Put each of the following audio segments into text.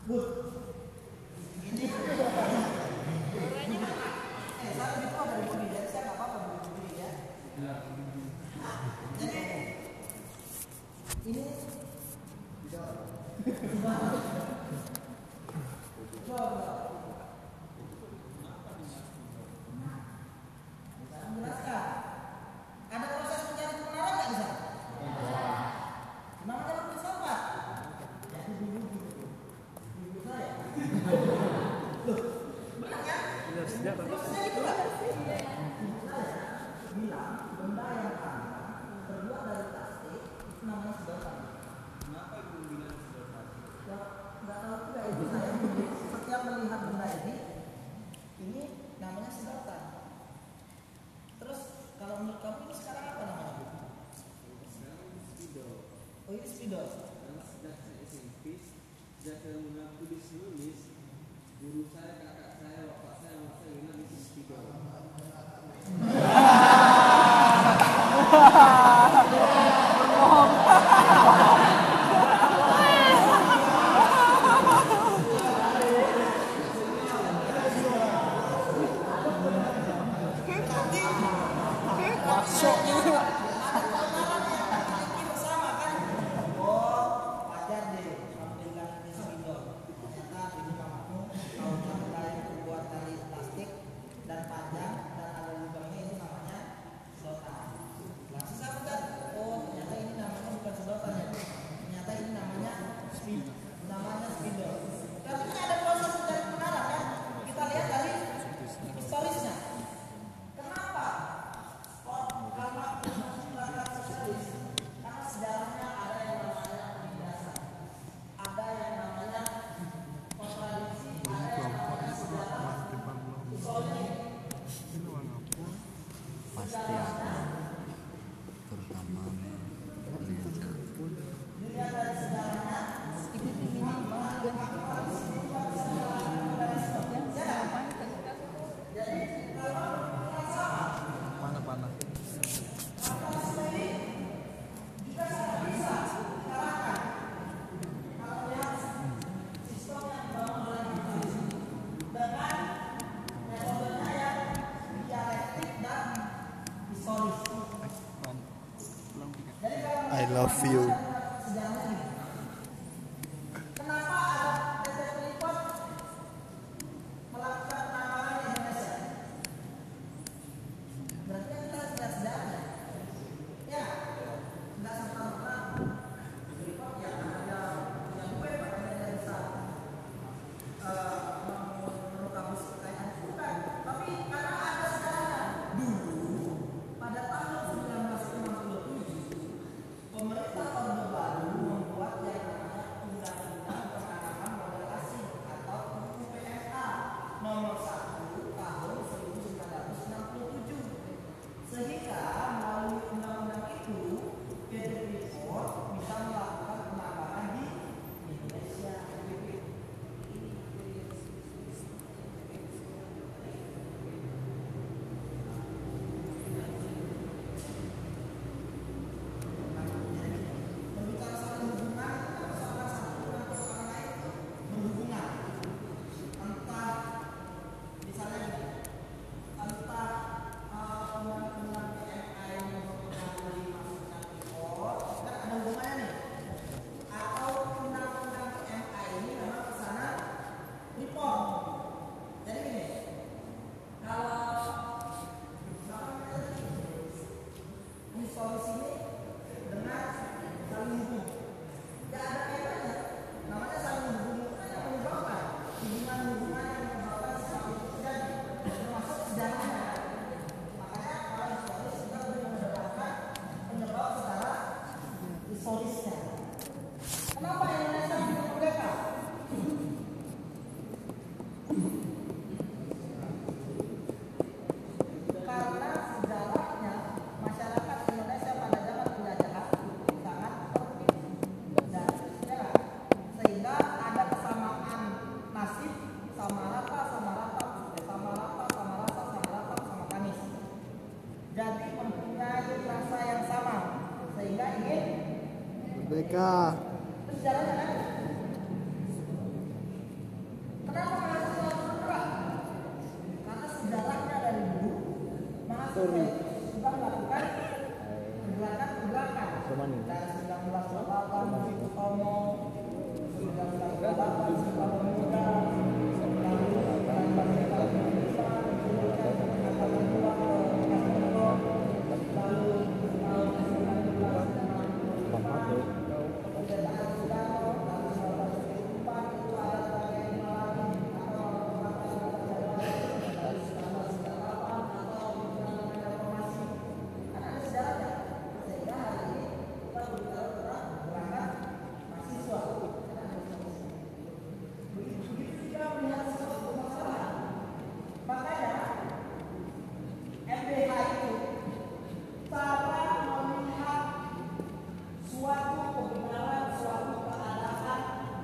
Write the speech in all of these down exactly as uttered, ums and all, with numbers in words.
I love you. Merdeka.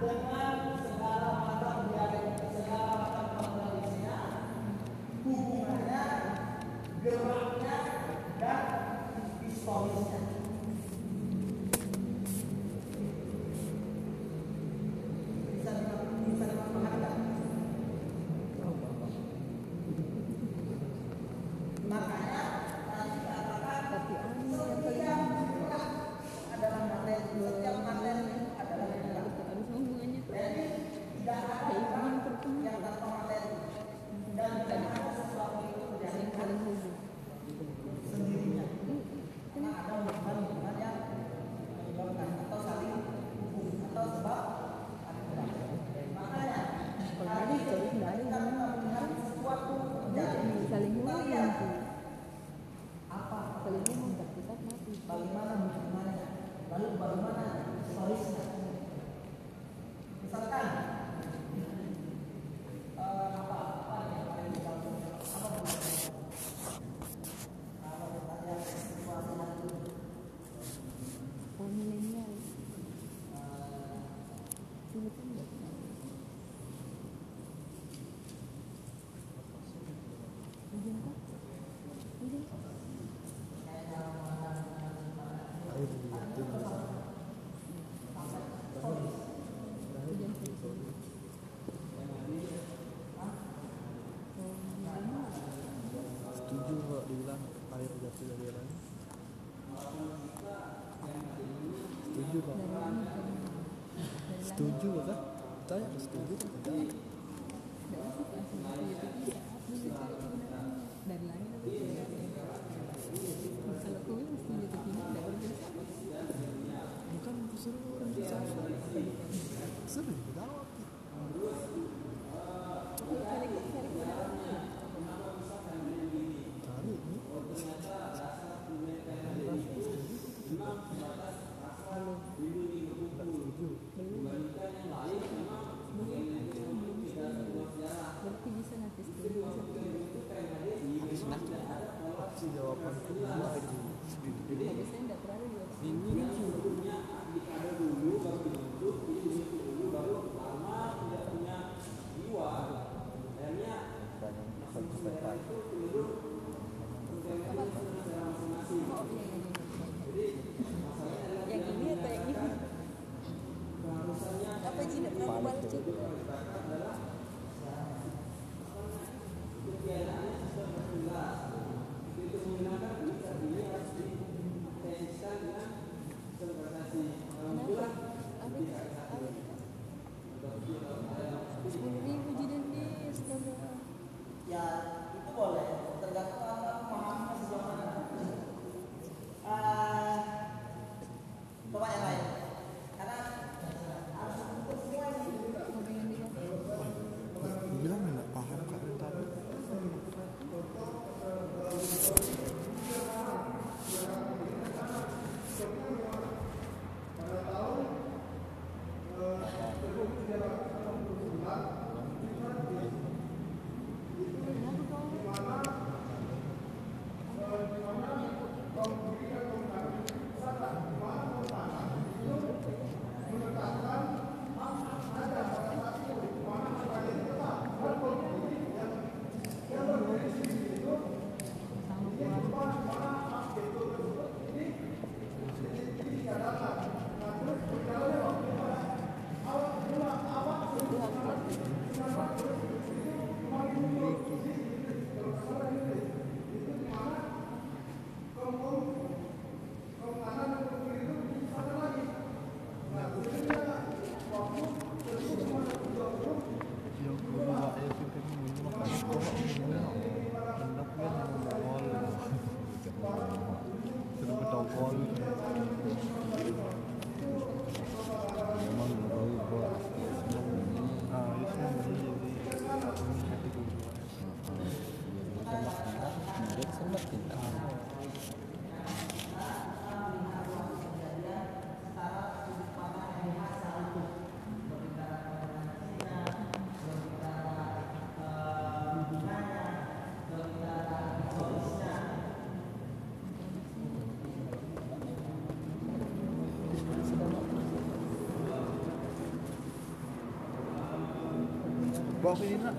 Setuju kalau dibilang air jatuh dari langit. Setuju kok. Setuju kan? Saya setuju kan? Tidak. Dari langit atau dari kalau kau mesti jatuh tinggi tidak berdosa. Bukan suruh orang bisa. Suruh tahu. Cari cari Cari ini. berarti bisa nanti setuju bisa Si jawabanku dua itu. tapi saya tidak terlalu juga Ini yang ini atau yang ini apa sih tidak terlalu balik sih sepuluh ribu jadi nih astaga. Ya itu boleh tergantung apa pemahamannya sejauh mana. Uh, coba yang lain karena harus untuk semua ini. Mau pengen dikasih bilang nggak paham kan tadi. Bawa ini nak.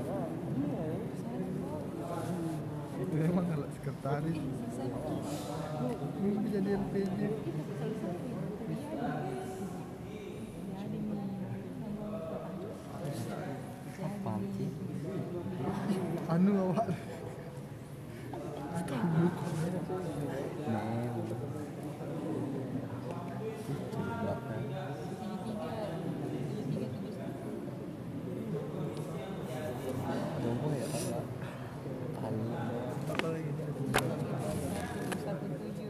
Itu memang kalau sekretaris. Mungkin jadi L P J. Apaan sih? Anu awak. Mem. Coba kan. Tunggu ya Pak. Tali. Apa lagi? satu tujuh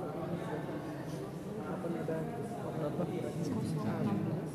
Apa ada? Berapa? enam belas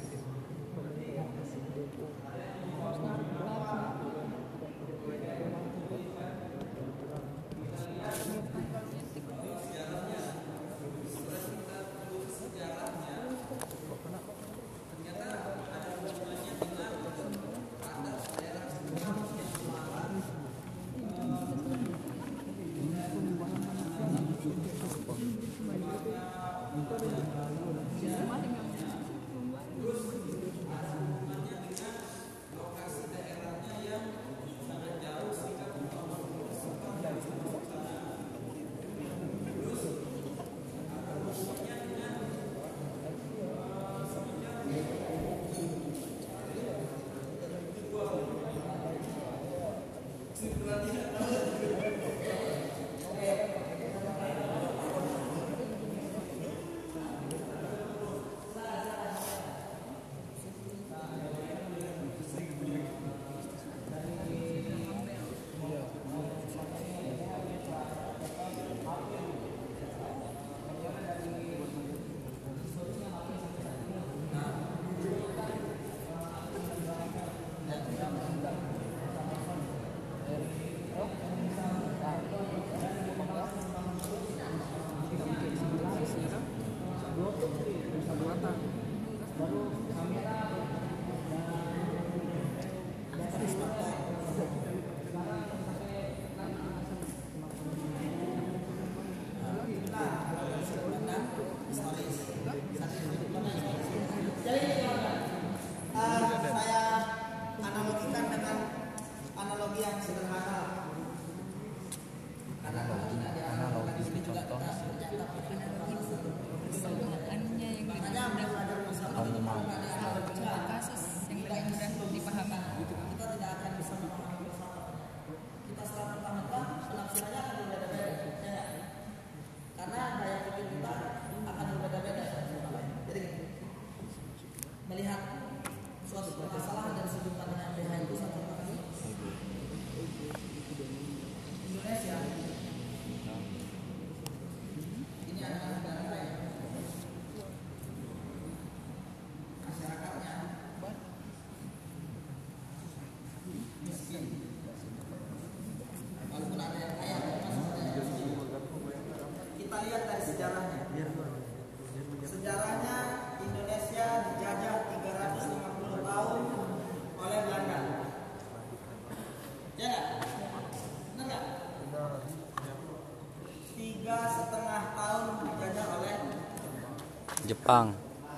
Jepang.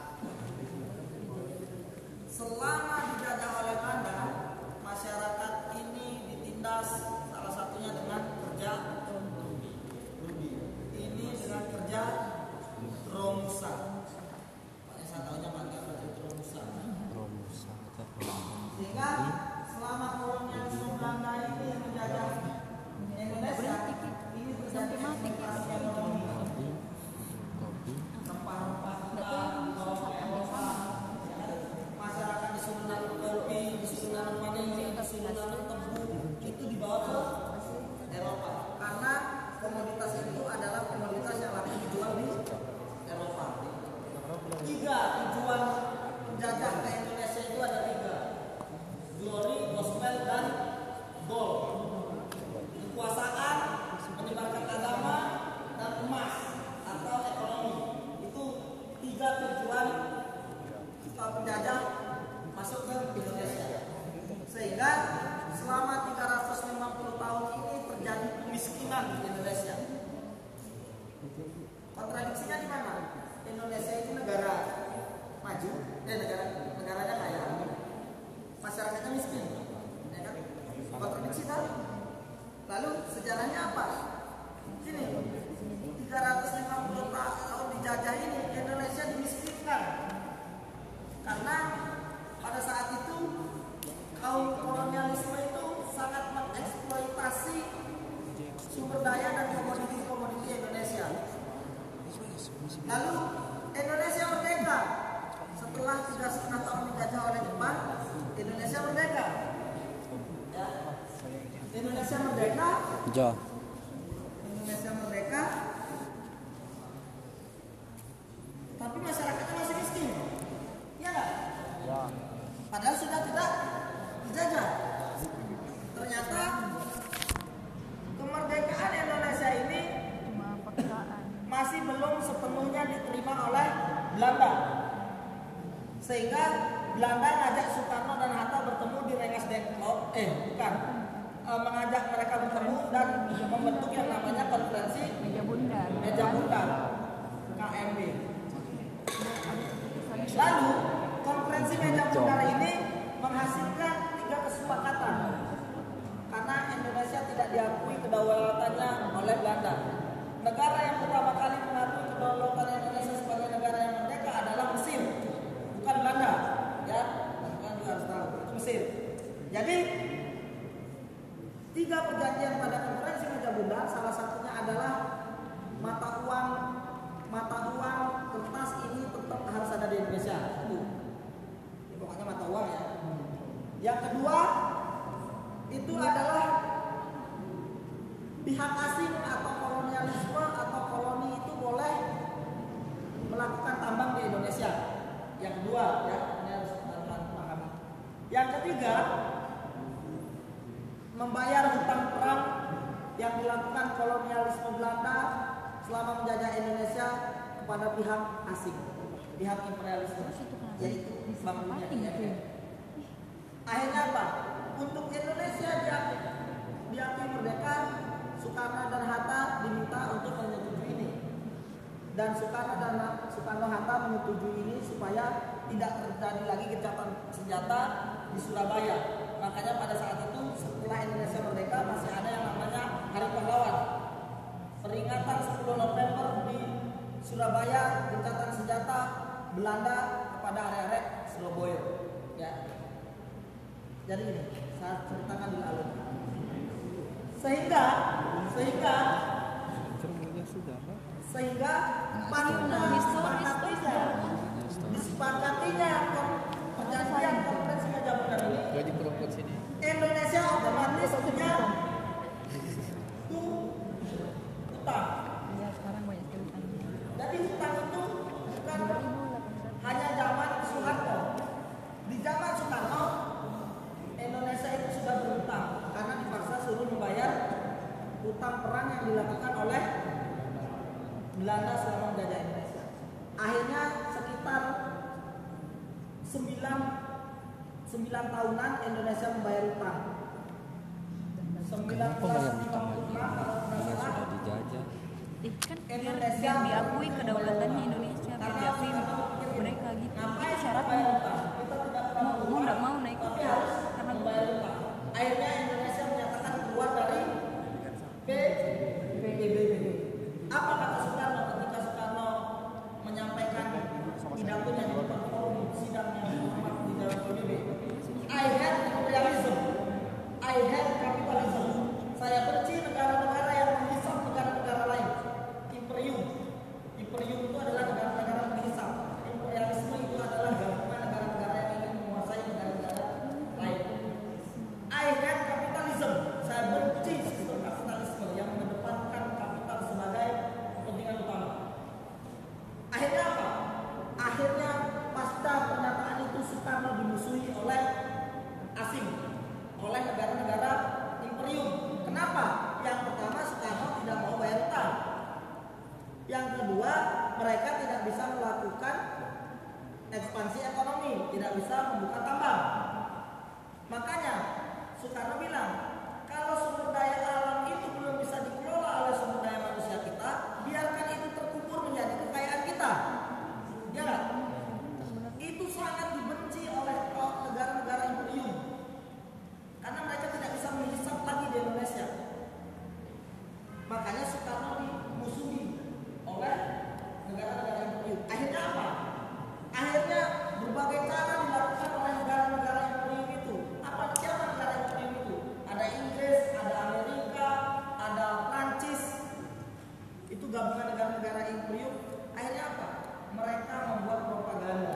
Selama dijajah oleh Belanda, masyarakat ini ditindas salah satunya dengan kerja ini dengan kerja romusa. Paling saya tahunya pakai kerja romusa. Romusa. Sehingga selama kolonialisme Belanda ini menjajah Indonesia, ini terjadi aktivitas ekonomi. Masyarakat disuruh nanam kopi, disuruh nanam vanili, disuruh nanam tebu, itu dibawa ke Eropa. Karena komoditas itu adalah komoditas yang laku dijual di Eropa. Tiga tujuan penjajah ke Indonesia itu ada tiga. Glory Jo. Indonesia merdeka, tapi masyarakatnya masih miskin, ya nggak? Ya. Padahal sudah tidak dijajah. Ternyata kemerdekaan Indonesia ini Cuma paksaan. masih belum sepenuhnya diterima oleh Belanda, sehingga Belanda ngajak Soekarno dan Hatta bertemu di Rengas Dengklok, eh bukan, e, mengajak mereka bertemu dan membentuk yang namanya konferensi Meja bundar. Meja Bundar K M B. Lalu konferensi Meja Bundar ini menghasilkan tiga kesepakatan karena Indonesia tidak diakui kedaulatannya oleh Belanda. Negara yang pertama kali mengakui kedaulatan Indonesia sebagai negara yang merdeka adalah Mesir, bukan Belanda. Ya, kalian juga harus tahu itu Mesir. Jadi tiga perjanjian pada konferensi Meja Bundar, salah satunya adalah mata uang mata uang kertas ini tetap harus ada di Indonesia. Satu, ini pokoknya mata uang ya. Yang kedua itu adalah pihak asing atau kolonialisme atau koloni itu boleh melakukan tambang di Indonesia. Yang kedua ya, ini harus teman-teman pahami. Yang ketiga, membayar hutang perang yang dilakukan kolonialisme Belanda selama menjajah Indonesia kepada pihak asing, pihak imperialisme, yaitu Bank Dunia I M F. Akhirnya apa? Untuk Indonesia diakui, diakui merdeka, Soekarno dan Hatta diminta untuk menyetujui ini. Dan Soekarno dan Soekarno Hatta menyetujui ini supaya tidak terjadi lagi gencatan senjata di Surabaya. Makanya pada saat itu setelah Indonesia merdeka masih ada yang namanya Hari Pahlawan. Peringatan sepuluh November di Surabaya, gencatan senjata Belanda kepada arek-arek Surabaya. Ya. Jadi ini saya ceritakan dulu alur. Sehingga sehingga Cerminnya sudah, Pak. sehingga pada disepakatinya disepakatinya perjanjian konferensi Meja Bundar ini Gaji perempuan sini. Indonesia otomatis punya hutang. Ya, sekarang banyak sekali utang. Jadi hutang itu bukan hanya zaman Soeharto. Di zaman Soekarno Indonesia itu sudah berhutang karena dipaksa suruh membayar hutang perang yang dilakukan oleh Belanda selama menjajah Indonesia. Akhirnya sekitar sembilan sembilan tahunan Indonesia membayar hutang. sembilan Kenapa belas bayar lima hutang puluh lagi? enam kalau tidak Dia salah. sudah dijajah. Eh, kan biar, Indonesia biar diakui kedaulatannya Indonesia, biar diakui mereka gitu. Itu syaratnya. Mau mau nggak mau naik Tapi harus karena membayar hutang. Akhirnya Indonesia menyatakan keluar dari P B B B. Apa kata Soekarno ketika Soekarno menyampaikan pidatonya di depan forum sidang yang hormat di dalam P B B? I hate imperialism, I hate capitalism. Saya benci negara-negara yang menghisap negara-negara lain. Imperium, imperium itu adalah negara-negara penghisap. Imperialisme itu adalah gabungan negara-negara yang ingin menguasai negara-negara lain. I hate capitalism. Saya benci sistem kapitalisme yang mengedepankan kapital sebagai kepentingan utama. Akhirnya apa? Akhirnya pasca pernyataan itu Soekarno dimusuhi oleh asing, oleh negara-negara imperium. Kenapa? Yang pertama Soekarno tidak mau bayar utang. Yang kedua, mereka tidak bisa melakukan ekspansi ekonomi, tidak bisa membuka tambang. Makanya Soekarno bilang, kalau sumber daya alam itu belum bisa dikelola oleh sumber daya manusia kita, biarkan itu terkubur menjadi kekayaan kita. Ya nggak? Itu sangat dibenci oleh negara-negara imperium karena mereka tidak bisa menghisap lagi di Indonesia. Makanya Soekarno dimusuhi oleh negara-negara imperium. Akhirnya apa? Akhirnya berbagai cara dilakukan oleh negara-negara imperium itu. Apa siapa negara imperium itu? Ada Inggris, ada Amerika, ada Prancis. Itu gabungan negara-negara imperium. Akhirnya apa? Mereka membuat propaganda.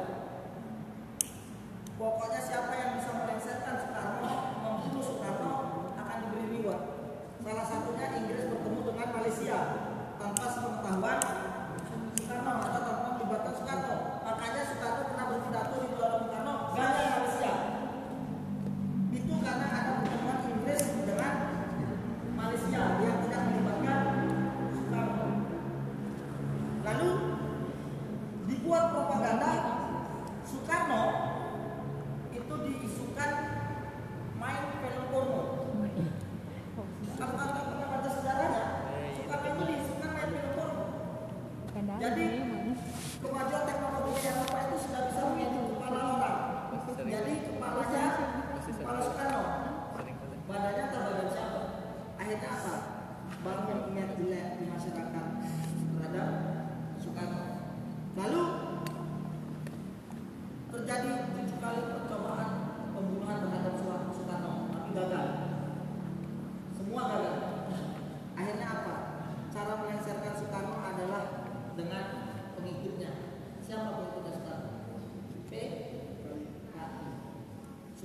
Pokoknya siapa yang bisa melengsarkan Soekarno, membunuh Soekarno akan diberi reward. Salah satunya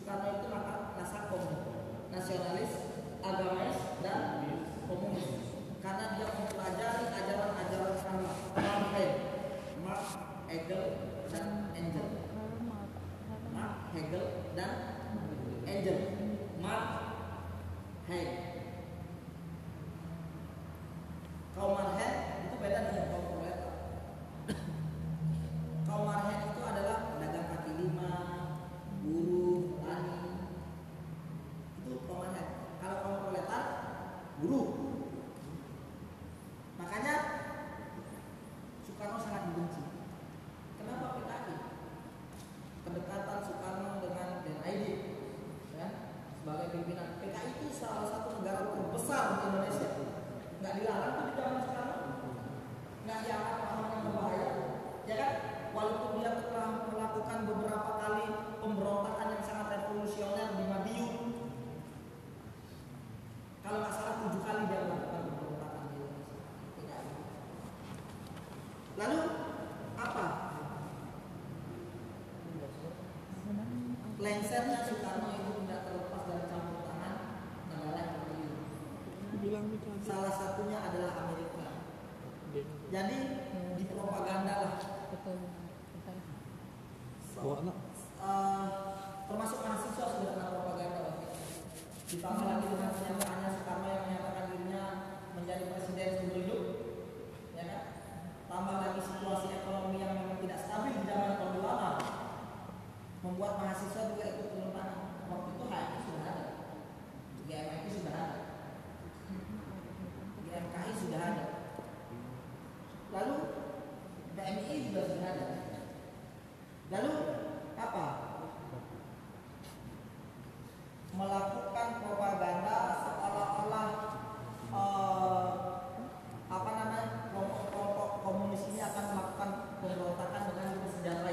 Soekarno itu maka nasakom, nasionalis, agamis, dan komunis. Karena dia mempelajari ajaran-ajaran Karl Marx, Marx, Hegel, dan Engel. Marx, Hegel, dan Engel. Marx, Hegel. Kaum Marx itu beda dengan kaum proletar. Kaum Marx itu adalah pedagang kaki lima, buruh, petani. Itu kaum Marx. Kalau kaum proletar, buruh. Makanya Soekarno sangat dibenci. Kenapa P K I? Kedekatan Soekarno dengan D N I D, ya, sebagai pimpinan. P K I itu salah satu negara terbesar di Indonesia. Nggak dilarang tuh di zaman Soekarno, nggak dianggap hal yang berbahaya, ya kan? Walaupun dia telah melakukan beberapa kali pemberontakan yang sangat revolusioner di Madiun. Kalau nggak salah tujuh kali dia melakukan pemberontakan di Indonesia. Lalu apa? Lengsernya Soekarno itu tidak terlepas dari campur tangan negara yang berbeda. Bilang itu aja. Salah satunya adalah Amerika. Jadi di propaganda lah. Bawa anak. Uh, termasuk mahasiswa sudah kena propaganda waktu itu. Ditambah lagi dengan pernyataannya Soekarno yang menyatakan dirinya menjadi presiden seumur hidup, ya kan? Tambah lagi situasi ekonomi yang memang tidak stabil di zaman Orde Lama, membuat mahasiswa juga ikut turun tangan. Waktu itu H M I sudah ada, G M I P sudah ada, G M K I sudah ada, lalu P M I juga sudah ada. Lalu apa? Melakukan propaganda seolah-olah uh, apa namanya kelompok-kelompok komunis ini akan melakukan pemberontakan dengan bersenjatai.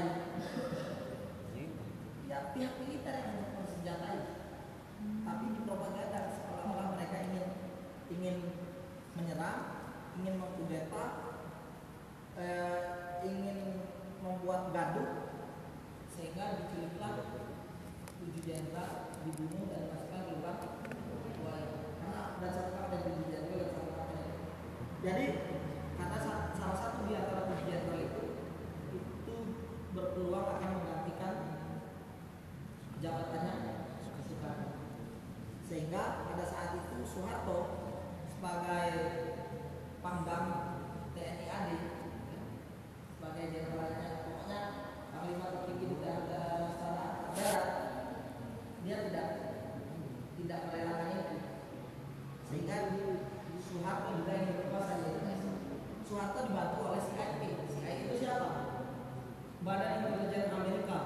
Ya pihak militer yang bersenjatai, tapi di propaganda seolah-olah mereka ingin ingin menyerang, ingin mengkudeta, eh, ingin membuat gaduh, sehingga diculiklah tujuh jenderal, dibunuh dan dimasukkan ke lubang buaya. Karena dasar fakta dan tujuh jenderal dan dasar fakta. Jadi karena salah satu di antara tujuh jenderal itu itu berpeluang akan menggantikan jabatannya Soekarno. Sehingga pada saat itu Soeharto sebagai pangdam T N I A D, sebagai jenderalnya, pokoknya panglima tertinggi di daerah darat, dia tidak tidak merelakan itu, sehingga Soeharto juga ingin berkuasa di Indonesia. Soeharto dibantu oleh C I A. C I A itu siapa? Badan Intelijen Amerika.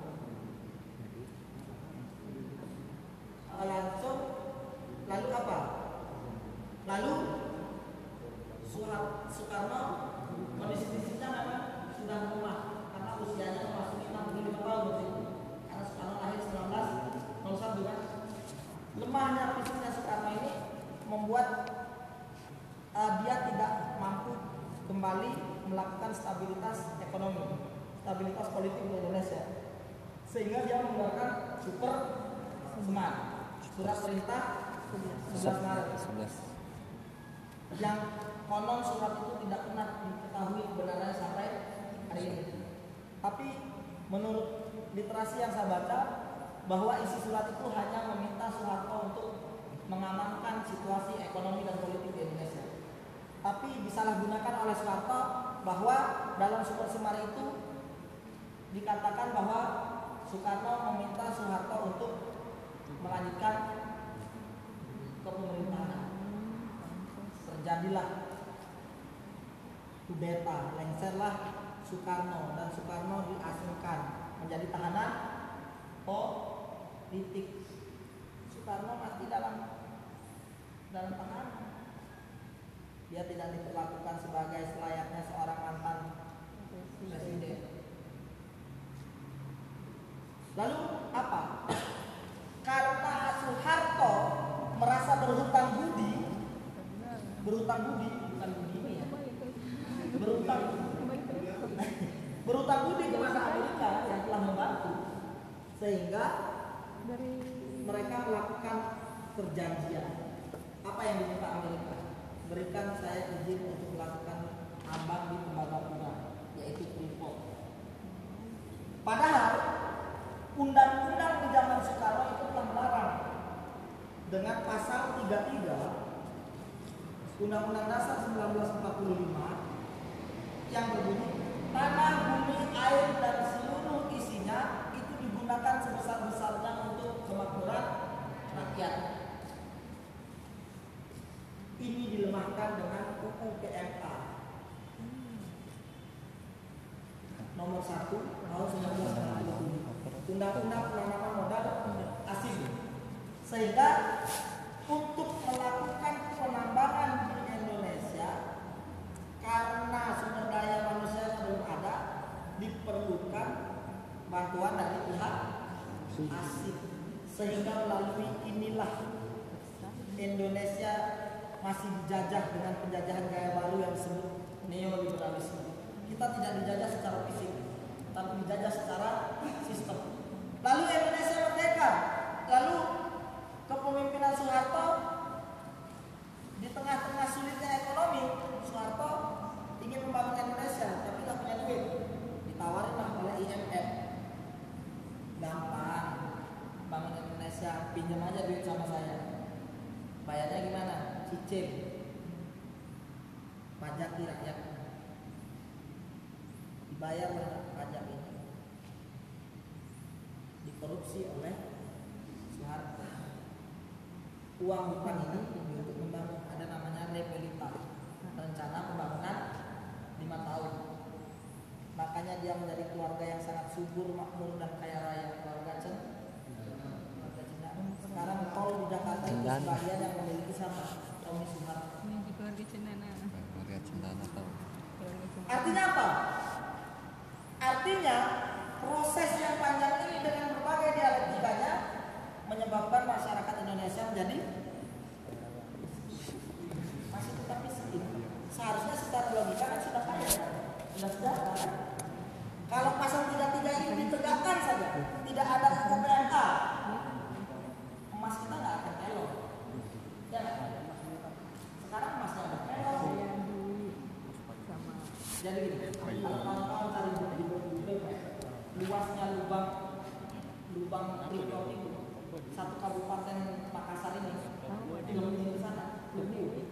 Langsung lalu apa? Lalu Soekarno kondisi fisiknya memang sudah lemah karena usianya memasuki enam puluh lima tahun waktu itu. Karena Soekarno lahir seribu sembilan ratus nol satu kan. Lemahnya fisiknya Soekarno ini membuat uh, dia tidak mampu kembali melakukan stabilitas ekonomi, stabilitas politik di Indonesia. Sehingga dia mengeluarkan super seman, surat perintah sebelas Maret. Yang konon surat itu tidak pernah diketahui kebenarannya sampai hari ini. Tapi menurut literasi yang saya baca, bahwa isi surat itu hanya meminta Soeharto untuk mengamankan situasi ekonomi dan politik di Indonesia. Tapi disalahgunakan oleh Soeharto bahwa dalam super semar itu dikatakan bahwa Soekarno meminta Soeharto untuk melanjutkan kepemerintahan. Terjadilah kudeta, lengserlah Soekarno, dan Soekarno diasingkan menjadi tahanan politik. Soekarno mati dalam dalam tahanan. Dia tidak diperlakukan sebagai selayaknya seorang mantan presiden. Lalu apa? Karena Soeharto merasa berhutang budi, berhutang budi, bukan budi ini ya, berhutang, berhutang budi kepada Amerika yang telah membantu, sehingga mereka melakukan perjanjian. Apa yang diminta Amerika? Berikan saya izin untuk melakukan tambang di Tembagapura, yaitu Freeport. Padahal undang-undang di zaman Soekarno itu telah melarang dengan pasal tiga puluh tiga Undang-Undang Dasar seribu sembilan ratus empat puluh lima yang berbunyi tanah, bumi, air dan seluruh isinya itu digunakan sebesar-besarnya untuk kemakmuran rakyat. Ini dilemahkan dengan U U P M A nomor satu tahun seribu sembilan ratus enam puluh tujuh, Undang-Undang Penanaman Modal Asing, sehingga untuk melakukan penambangan di Indonesia karena sumber daya manusia belum ada, diperlukan bantuan dari pihak asing, sehingga melalui inilah Indonesia masih dijajah dengan penjajahan gaya baru yang disebut neoliberalisme. Kita tidak dijajah secara fisik, tapi dijajah secara sistem. Lalu Indonesia merdeka, lalu kepemimpinan Soeharto di tengah-tengah sulitnya ekonomi, Soeharto ingin membangun Indonesia tapi tidak punya duit, ditawarin oleh I M F, gampang bangun Indonesia, pinjam aja duit sama saya, bayarnya gimana? Cicil, pajak rakyat, dibayar pajak ini, dikorupsi oleh Soeharto. Uang hutang ini untuk membangun, ada namanya Repelita, rencana pembangunan lima tahun. Makanya dia menjadi keluarga yang sangat subur, makmur dan kaya raya, keluarga Cen. Sekarang tol di Jakarta itu sebagian yang memiliki siapa? Tommy Soeharto. Ini keluarga Cendana. Keluarga Cendana tahu. Artinya apa? Artinya proses yang panjang ini dengan berbagai dialektikanya menyebabkan masyarakat Indonesia menjadi masih tetap miskin. Seharusnya secara logika kan sudah kaya, sudah sejahtera. Kalau pasal tiga puluh tiga ini ditegakkan saja, tidak ada U P M A, emas kita nggak akan elok. Ya, sekarang emasnya ada elok. Jadi gini, kalau kawan-kawan cari di Google, luasnya lubang lubang Freeport itu satu kabupaten Makassar ini lebih ke sana, lebih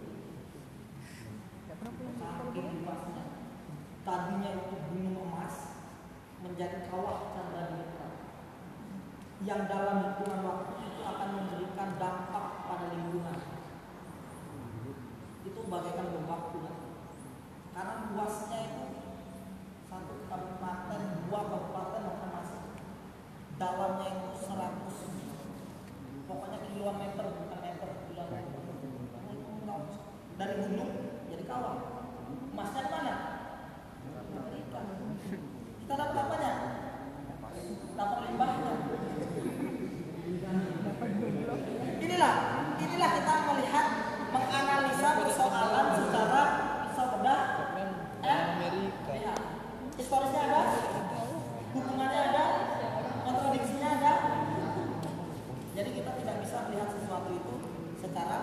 saking luasnya. Tadinya itu gunung emas menjadi kawah Chandra Dipta yang dalam hitungan waktu itu akan memberikan dampak pada lingkungan. Itu bagaikan bom waktu kan? Karena luasnya itu satu kabupaten, dua kabupaten bahkan masih dalamnya itu seratus, pokoknya kilometer bukan meter, kilometer. Dari gunung jadi kawah. Emasnya mana? Amerika. Kita dapat apanya? Dapat limbahnya. Inilah, inilah kita melihat, menganalisa persoalan secara bisa bedah. Eh, ya. Historisnya ada, hubungannya ada, kontradiksinya ada. Jadi kita tidak bisa melihat sesuatu itu secara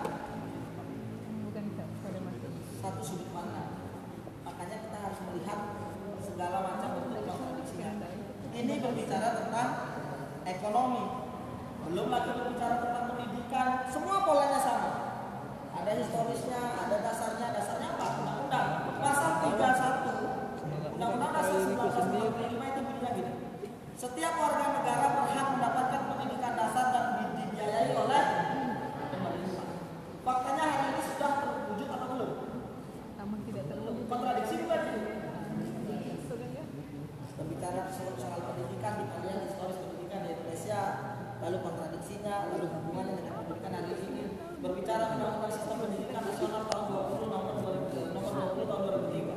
satu sudut pandang. Makanya kita harus melihat segala macam bentuk kontradiksinya. Ini berbicara tentang ekonomi, belum lagi berbicara tentang pendidikan. Semua polanya sama. Ada historisnya, ada dasarnya. Dasarnya apa? Undang-undang. Pasal tiga puluh satu Undang-Undang Dasar seribu sembilan ratus empat puluh lima itu bunyinya gini. Setiap warga negara berhak mendapatkan pendidikan dasar dan dibiayai oleh pemerintah. Faktanya hari ini sudah terwujud atau belum? Namun tidak terlalu Kontradiksi bukan itu? Berbicara soal pendidikan di kalian historis pendidikan di Indonesia, lalu kontradiksinya, lalu hubungannya dengan pendidikan hari ini. Berbicara undang-undang sistem pendidikan nasional tahun dua puluh nomor dua puluh nomor dua puluh tahun dua ribu tiga.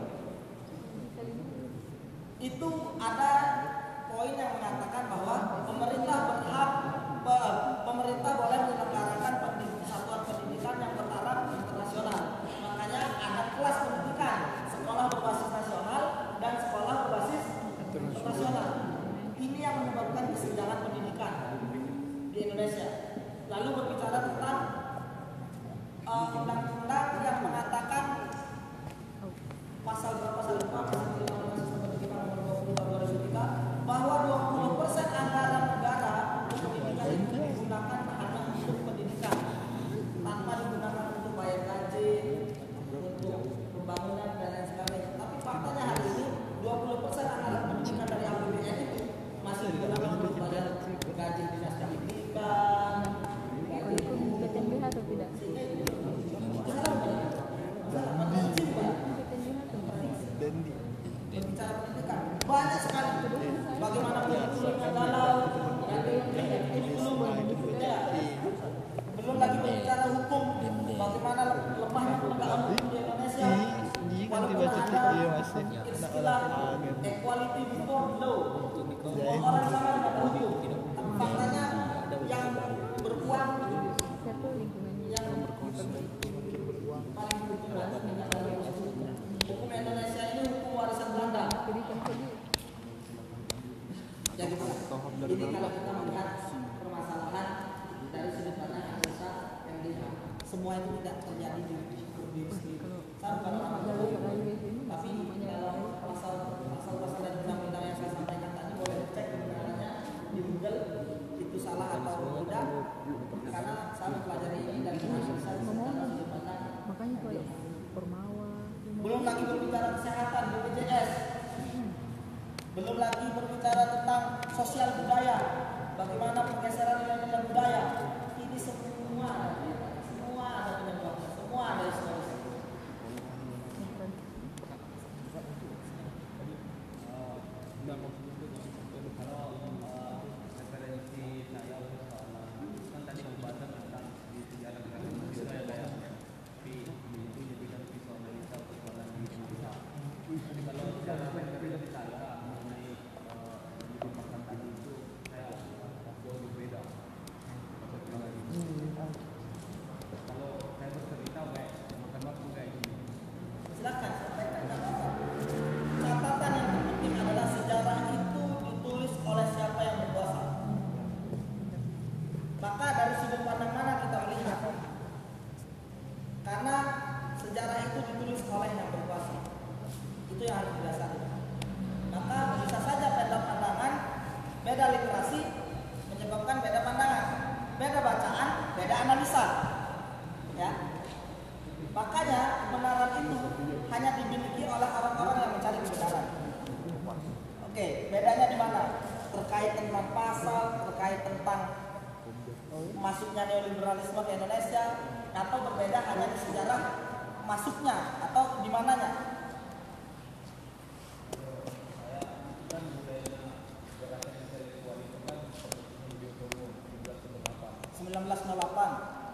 Itu ada poin yang mengatakan bahwa pemerintah berhak pemerintah boleh menyelenggarakan satuan pendidikan yang bertaraf internasional. Makanya ada kelas pendidikan, sekolah berbasis nasional dan sekolah berbasis internasional. Ini yang menyebabkan kesenjangan pendidikan di Indonesia. Indonesia. Lalu berbicara tentang uh, undang-undang yang mengatakan pasal berapa pasal lima pasal lima belas nomor dua puluh tahun dua ribu tiga bahwa dua puluh persen anggaran negara untuk pendidikan itu digunakan hanya untuk pendidikan tanpa digunakan untuk bayar gaji, untuk pembangunan dan lain sebagainya. Tapi faktanya hari ini dua puluh persen anggaran pendidikan dari A P B N itu masih digunakan untuk bayar gaji dinas pendidikan, gaji guru, P T N B H atau tidak? sehingga itu masalah banyak. Masalah banyak sih, Pak. P T N B H atau tidak? Berbicara pendidikan banyak sekali. Bagaimana kurikulumnya galau, itu belum ya. Belum lagi berbicara hukum, bagaimana lemahnya penegakan hukum di Indonesia. Walaupun ada istilah equality before law, semua orang sama di mata hukum. Tapi faktanya yang berkuat, Satu lingkungannya yang paling berkuat hukum Indonesia ini hukum warisan Belanda. pendidikan tadi. Ya gitu. Jadi kalau kita melihat permasalahan dari sudut pandang analisa M D H, semua itu tidak terjadi di di sini. Saya bukan orang Jalur hukum, railway ini tapi namanya dalam pasal pasal pasal dan undang-undang yang saya sampaikan tadi boleh dicek kebenarannya di Google itu salah atau tidak, karena saya mempelajari ini dari analisa secara sudut pandang. makanya kayak Permawa. Belum lagi berbicara kesehatan B P J S. Belum lagi berbicara tentang sosial budaya. Bagaimana pergeseran nilai-nilai budaya. Ini semua ada semua ada penyebabnya, semua ada historisnya. Silakan sampaikan catatan. Catatan yang terpenting adalah sejarah itu ditulis oleh siapa yang berkuasa. Maka dari sudut pandang mana kita melihat? Karena sejarah itu ditulis oleh yang berkuasa. Itu yang harus didasari. Maka bisa saja beda pandangan, beda literasi menyebabkan beda pandangan, beda bacaan, beda analisa. Ya. Makanya kebenaran itu hanya dimiliki oleh orang-orang yang mencari kebenaran. Oke, bedanya di mana? Terkait tentang pasal, terkait tentang masuknya neoliberalisme ke Indonesia, atau berbeda hanya di sejarah masuknya atau di mananya? seribu sembilan ratus delapan.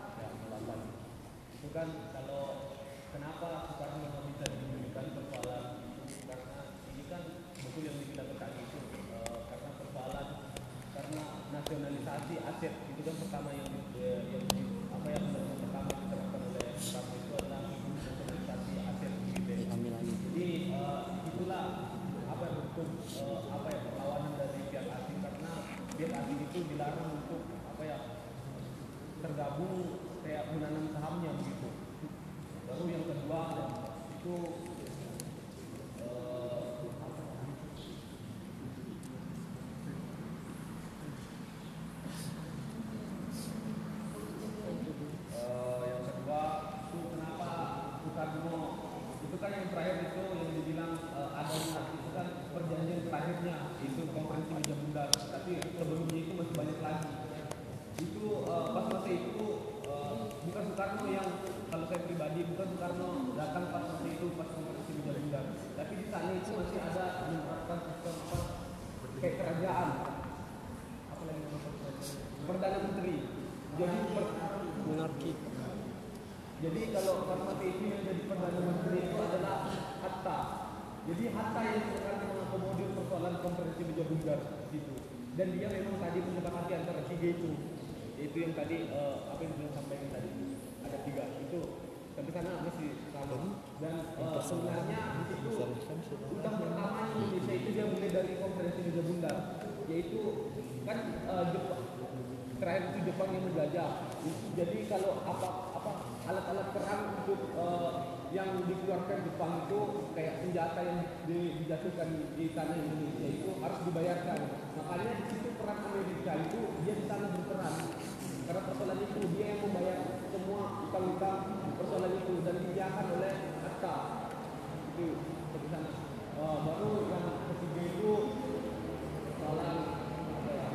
Itu kan kalau kenapa Soekarno nggak bisa didudukkan persoalan itu, karena ini kan betul yang dibilang tadi itu eh, karena persoalan karena nasionalisasi aset itu kan pertama yang eh, yang di, apa yang pertama diterapkan oleh Soekarno itu adalah nasionalisasi aset gitu. Jadi eh, itulah apa yang bentuk eh, apa ya perlawanan dari pihak asing, karena pihak asing itu dilarang untuk apa ya tergabung kayak menanam sahamnya begitu. Baru yang kedua itu uh, uh, yang kedua itu kenapa Soekarno itu kan yang terakhir itu yang dibilang uh, ada itu kan perjanjian terakhirnya itu konferensi meja bundar, tapi sebelumnya itu masih banyak lagi. Itu uh, pas masa itu uh, bukan Soekarno yang, kalau saya pribadi bukan Soekarno datang pas masa itu pas konferensi meja bundar, tapi di sana itu masih ada menerapkan sistem apa kayak kerajaan, apa lagi namanya, perdana menteri. Jadi per, Monarki. jadi kalau pas masa itu yang jadi perdana menteri itu adalah Hatta. Jadi Hatta yang sekarang mengakomodir persoalan konferensi meja bundar gitu. Dan dia memang tadi menyepakati antara tiga itu. Itu yang tadi uh, apa yang belum sampaikan tadi, ada tiga itu sampai sana masih sama. Dan uh, sebenarnya itu undang pertama Indonesia itu dia mulai dari konferensi meja bundar, yaitu kan uh, Jepang terakhir itu Jepang yang menjajah. Jadi kalau apa apa alat-alat perang untuk uh, yang dikeluarkan Jepang itu kayak senjata yang di- dijatuhkan di tanah Indonesia itu harus dibayarkan. Makanya di situ peran Amerika itu dia di sana berperan. Karena persoalan itu dia yang membayar semua utang-utang persoalan itu dan disediakan oleh A T A. Itu di sana. Uh, baru yang ketiga itu persoalan apa ya?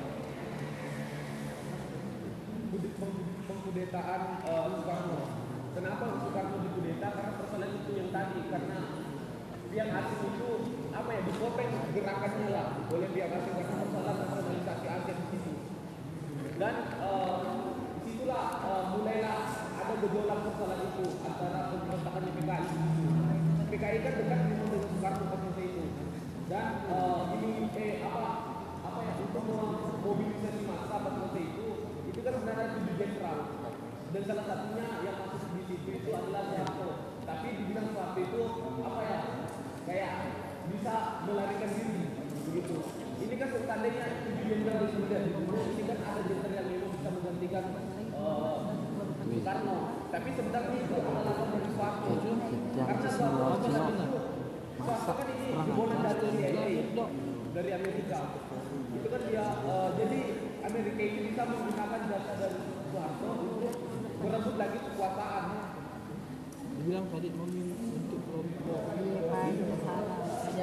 Kudeta- peng- Pengkudetaan uh, Soekarno. Kenapa Soekarno dikudeta? Karena persoalan itu yang tadi, karena pihak asing itu apa ya dipotong gerakannya lah oleh pihak asing karena persoalan nasionalisasi Aceh di situ. Dan uh, disitulah uh, mulailah ada gejolak persoalan itu antara pemberontakan P K I. P K I kan dekat dengan Soekarno pada itu. Dan uh, ini eh apa apa ya untuk memobilisasi massa pada itu itu kan sebenarnya tujuh jenderal. Dan salah satunya yang masuk di situ itu adalah Soeharto. Tapi dibilang Soeharto itu apa ya kayak bisa melarikan diri begitu. Ini kan seandainya tujuh jenderal sudah dibunuh, ini kan ada jenderal yang memang bisa menggantikan uh, Soekarno. Tapi sebenarnya itu adalah dari Soeharto. Karena Soeharto itu Soeharto kan ini dibonan dari C I A dari Amerika. Itu kan dia uh, jadi Amerika itu bisa menggunakan data dari Soeharto untuk merebut lagi kekuasaan. Dibilang tadi memilih untuk kelompok Iya Pak, itu salah.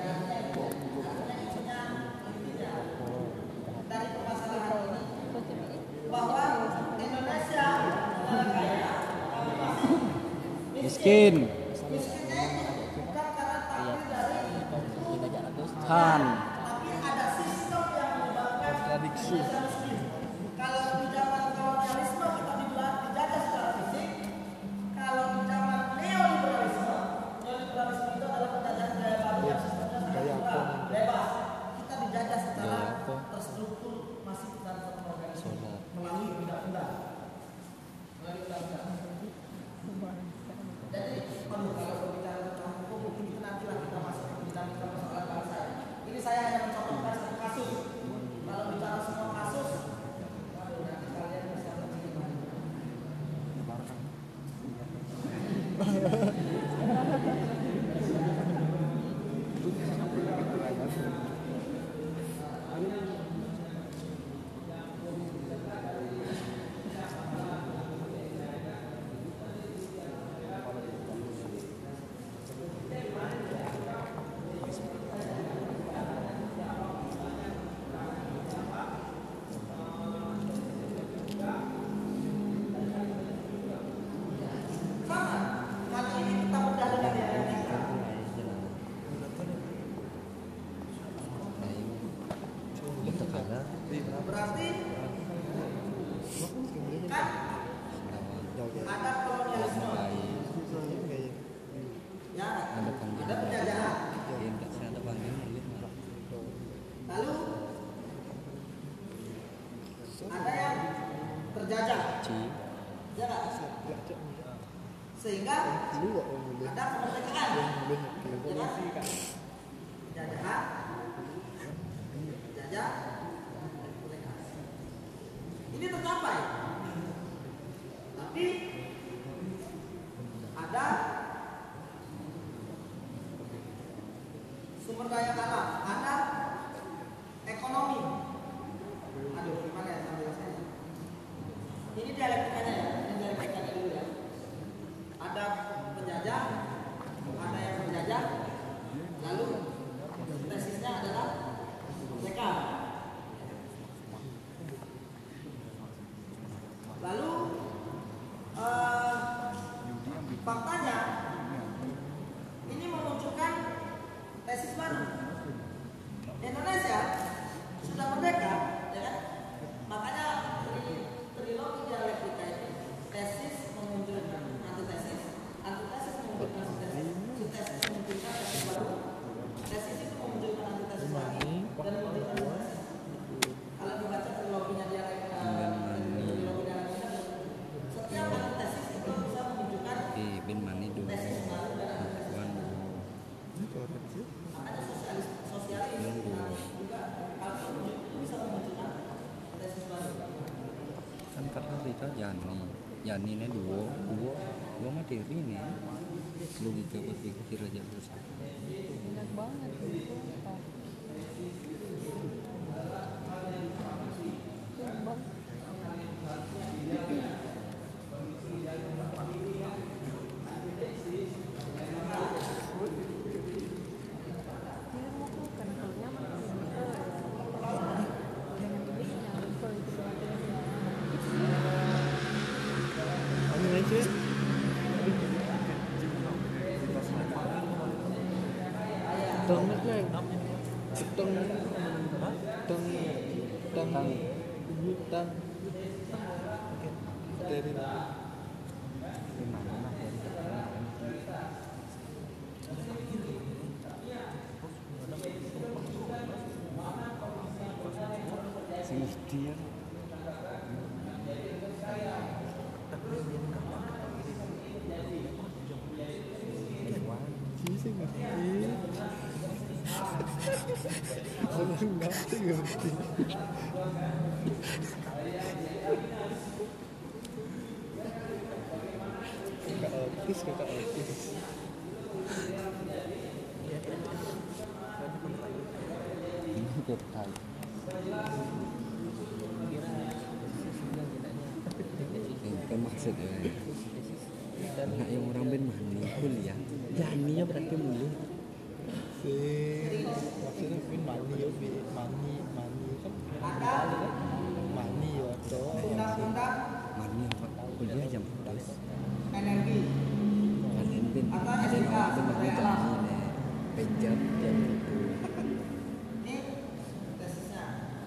Dari permasalahan ini Kok jadi bahwa Indonesia eh, kayak eh, masih Miskin. miskinnya itu bukan karena takdir dari Han. tapi ada sistem yang menyebabkan Indonesia miskin. Kalau di zaman kolonialisme kita dibilang dijajah secara fisik, kalau di zaman neoliberalisme, neoliberalisme itu adalah penjajahan gaya baru yang sistemnya sangat liberal, bebas. Kita dijajah secara Gaya apa? terstruktur, masif dan terorganisir Solar. melalui undang-undang. Melalui undang-undang. Jadi, aduh, kalau berbicara tentang hukum, mungkin itu nantilah kita masuk ke dinamika persoalan bangsa. Ini saya hanya mencontohkan satu kasus. Kalau bicara semua kasus, waduh, nanti kalian bisa bercerita. Sama, kali ini kita bedah dengan dialektika. Berarti kan ada kolonialisme, ya, ada penjajahan. Lalu ada yang terjajah, ya nggak? Sehingga ada kemerdekaan, ya kan? Penjajahan, penjajah, dan kemerdekaan. Ini tercapai, tapi ada sumber daya alam, ada ekonomi. Aduh, gimana ya sambil saya? Ini dialektikanya ya, ini dialektikanya dulu ya. Ada penjajah, ada yang menjajah, lalu tesisnya adalah mereka. karena kita Yani Yani ini dua dua dua materi nih logika berpikir aja terus Enak banget itu apa? Sumbang. Tengnya teng teng teng teng dari sing dia sih ngerti orang ngerti ngerti kakak otis kakak otis ini terkait itu maksudnya anak yang orang ben mani kuliah Yani ya berarti mulai si maksudnya pun mani ya bi mani mani kan mani ya toh mani apa kuliah jam putus energi kalian ben ada orang ben mani jam ini penjam jam itu ini tesisnya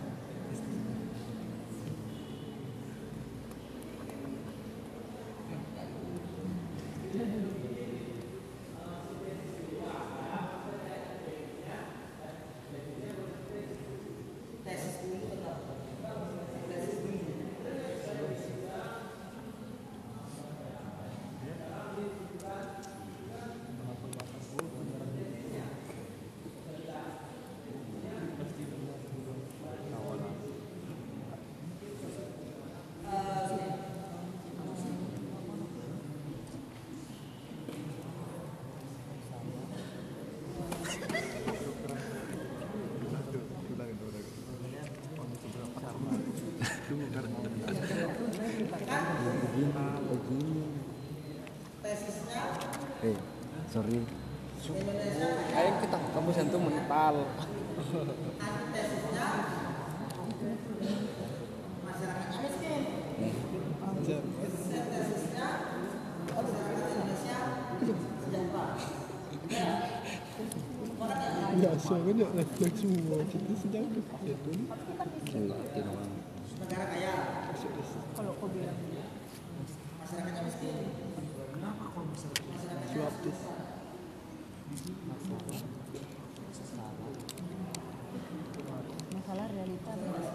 tesis dulu tetap tesis dulu begini begini tesisnya eh sorry Indonesia ayo kita kamu sentuh mental antitesisnya masyarakatnya miskin sintesisnya masyarakat Indonesia sejahtera ya soalnya refleks semua kita sedang itu enggak tidak negara kaya Kalau kau bilang masyarakatnya miskin masyarakatnya suaptis masalah realita benar.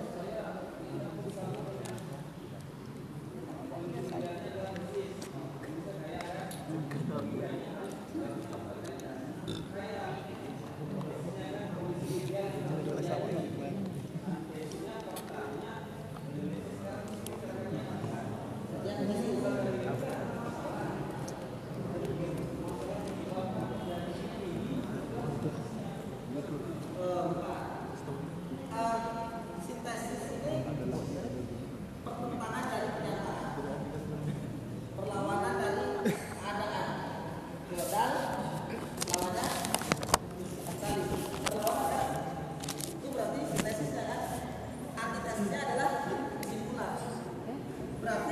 sintesis ini pertentangan dari kenyataan perlawanan dari keadaan modal lawannya saling berlawanan itu berarti sintesisnya kan antitesisnya adalah kesimpulan berarti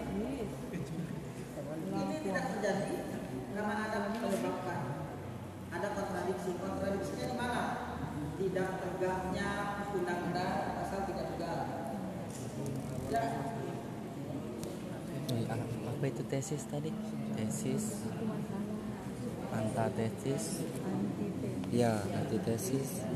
ini tidak terjadi karena ada penyebabkan ada kontradiksi kontradiksinya di mana tidak tegaknya undang-undang pasal tiga puluh tiga ya Eh, apa itu tesis tadi tesis antatesis ya antitesis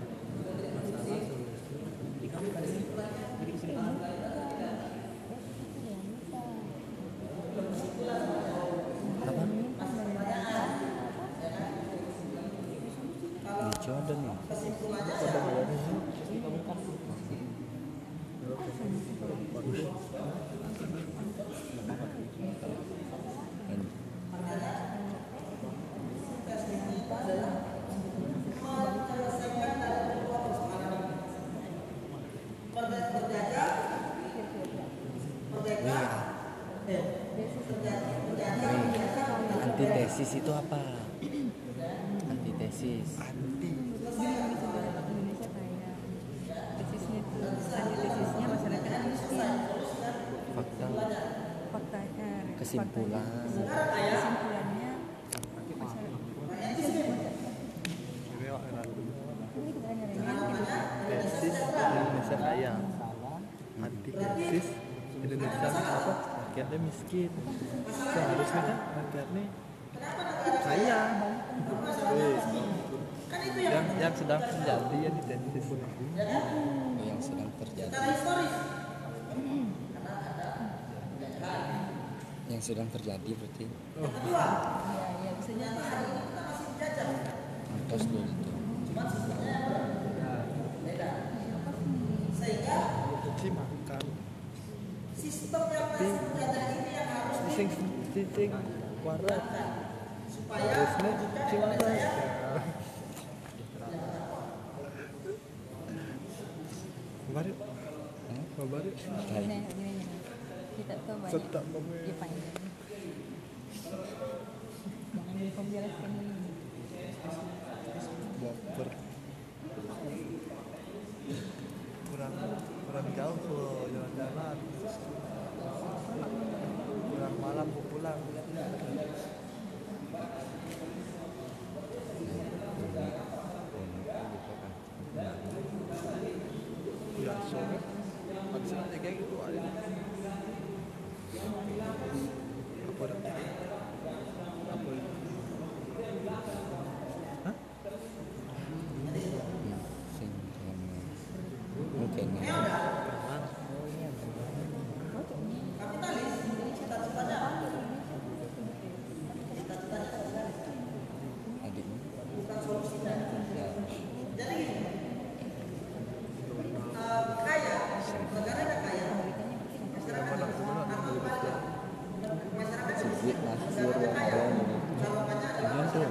apa hijau ada nih kesimpulannya Antitesis itu apa? Antitesis. Anti. Indonesia kaya. Tesisnya itu antitesisnya masyarakat miskin. Fakta. Faktanya Kesimpulan. faktanya- kesimpulannya masyarakat Tesis Indonesia kaya. Antitesis Indonesia apa? Rakyatnya miskin. Seharusnya kan rakyatnya kaya. Eh, yang yang sedang terjadi ya di tesis. Yang sedang terjadi. Yang sedang terjadi berarti. ya ya bisa jadi. Antos dulu itu. Cuci makan. Sistem yang Tapi ini yang harus sing sing waras. Harusnya cuci waras. Baru, baru. Gini, gini, gini. Kita tuh banyak Tetap ngomong. ya panjang. Jangan lupa menjelaskan ini. Baper. Kurang kurang jauh loh jalan-jalan. Kurang malam mau pulang. Ya sore. Maksudnya kayak gitu aja. Apa dah? Apa? Hah? Sing mungkin adiknya. Sedikit lah, suruh orang jangan tuh.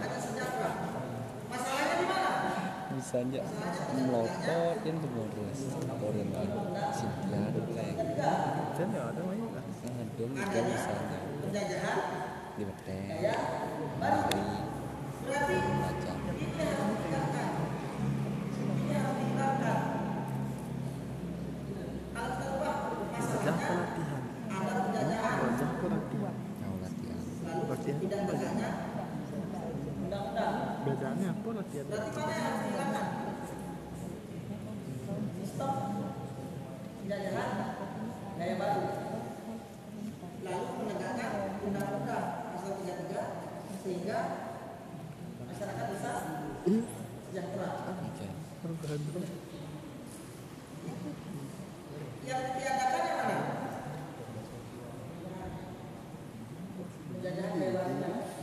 Bisa aja melotot yang terus orang lain sintiar leng. Dan ya ada lagi lah. Ada juga misalnya di betel, mari baca. Wajah pelatihan. Wajah pelatihan. Mau latihan. Latihan itu bedanya. Bedanya apa latihan? gaya baru. Lalu menegakkan undang-undang pasal tiga puluh tiga sehingga masyarakat bisa sejahtera. Oke. Yang ditiadakan yang mana? Penjajahan gaya baru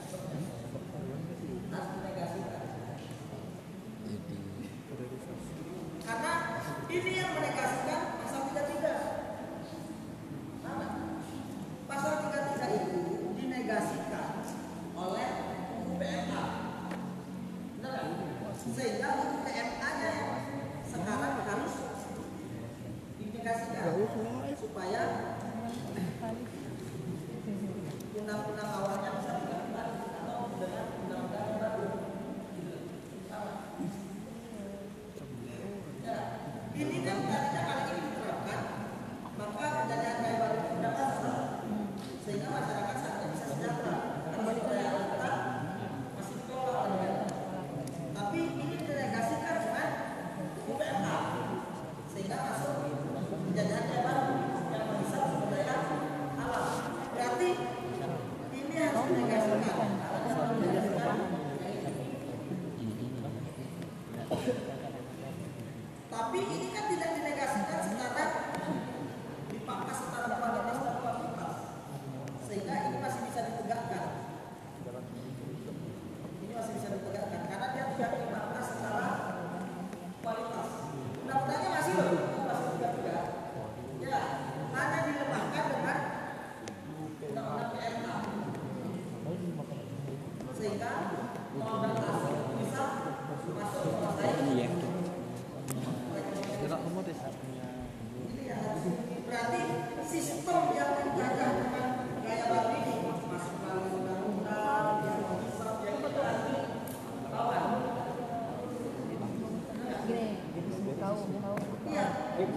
harus dinegasikan. Jadi Karena ini yang menegasikan pasal tiga puluh tiga. Mana? Pasal tiga puluh tiga itu dinegasikan oleh U P M A. Benar kan? Sehingga U P M A-nya sekarang harus dinegasikan supaya undang-undang awalnya bisa diganti atau dengan undang-undang yang baru. Ya, ini kan tadinya kali ini diterapkan, maka penjajahan gaya baru itu dapat sah, sehingga masyarakat saatnya bisa sejahtera. Karena budaya kita masih dikelola oleh negara. Tapi ini dinegasikan dengan U P M A, sehingga masuk penjajahan gaya baru yang bisa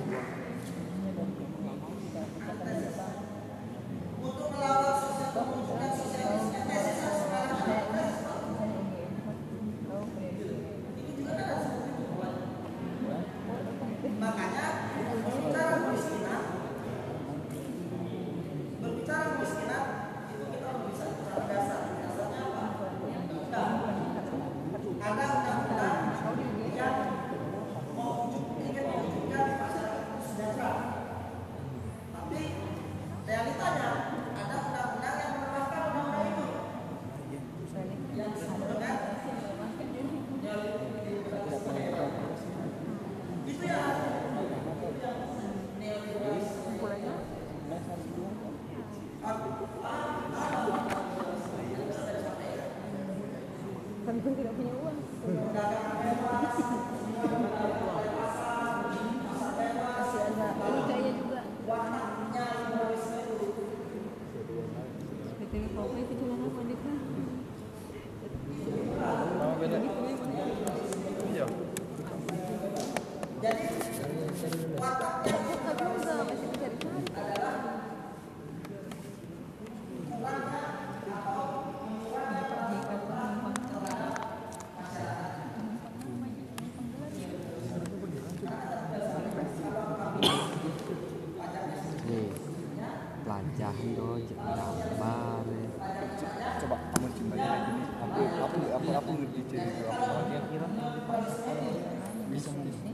Untuk melawan sosial dan sosialisme tesis makanya berbicara kemiskinan berbicara kemiskinan itu kita bisa bicara dasar dasarnya apa? Undang. Ada undang-undang yang mau ingin mewujudkan masyarakat sejahtera, tapi realitanya ada undang-undang yang melemahkan undang-undang itu yang disebut dengan itu ya kami pun tidak punya uang. Masih ada budaya juga. P T W Kopi itu cuma apa nih kan? Oh, beda. Iya. jadi wataknya Buka juga masih dicari-cari. Nih, pelajaran dong, gambar. Coba kamu cium aja ini. Aku aku aku aku ngerti ciri itu apa dia kira bisa mungkin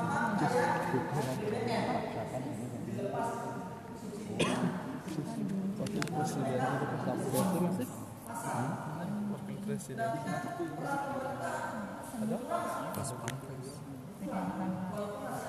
wakil presiden itu pertama berarti masih wakil presiden ada Pas pampres.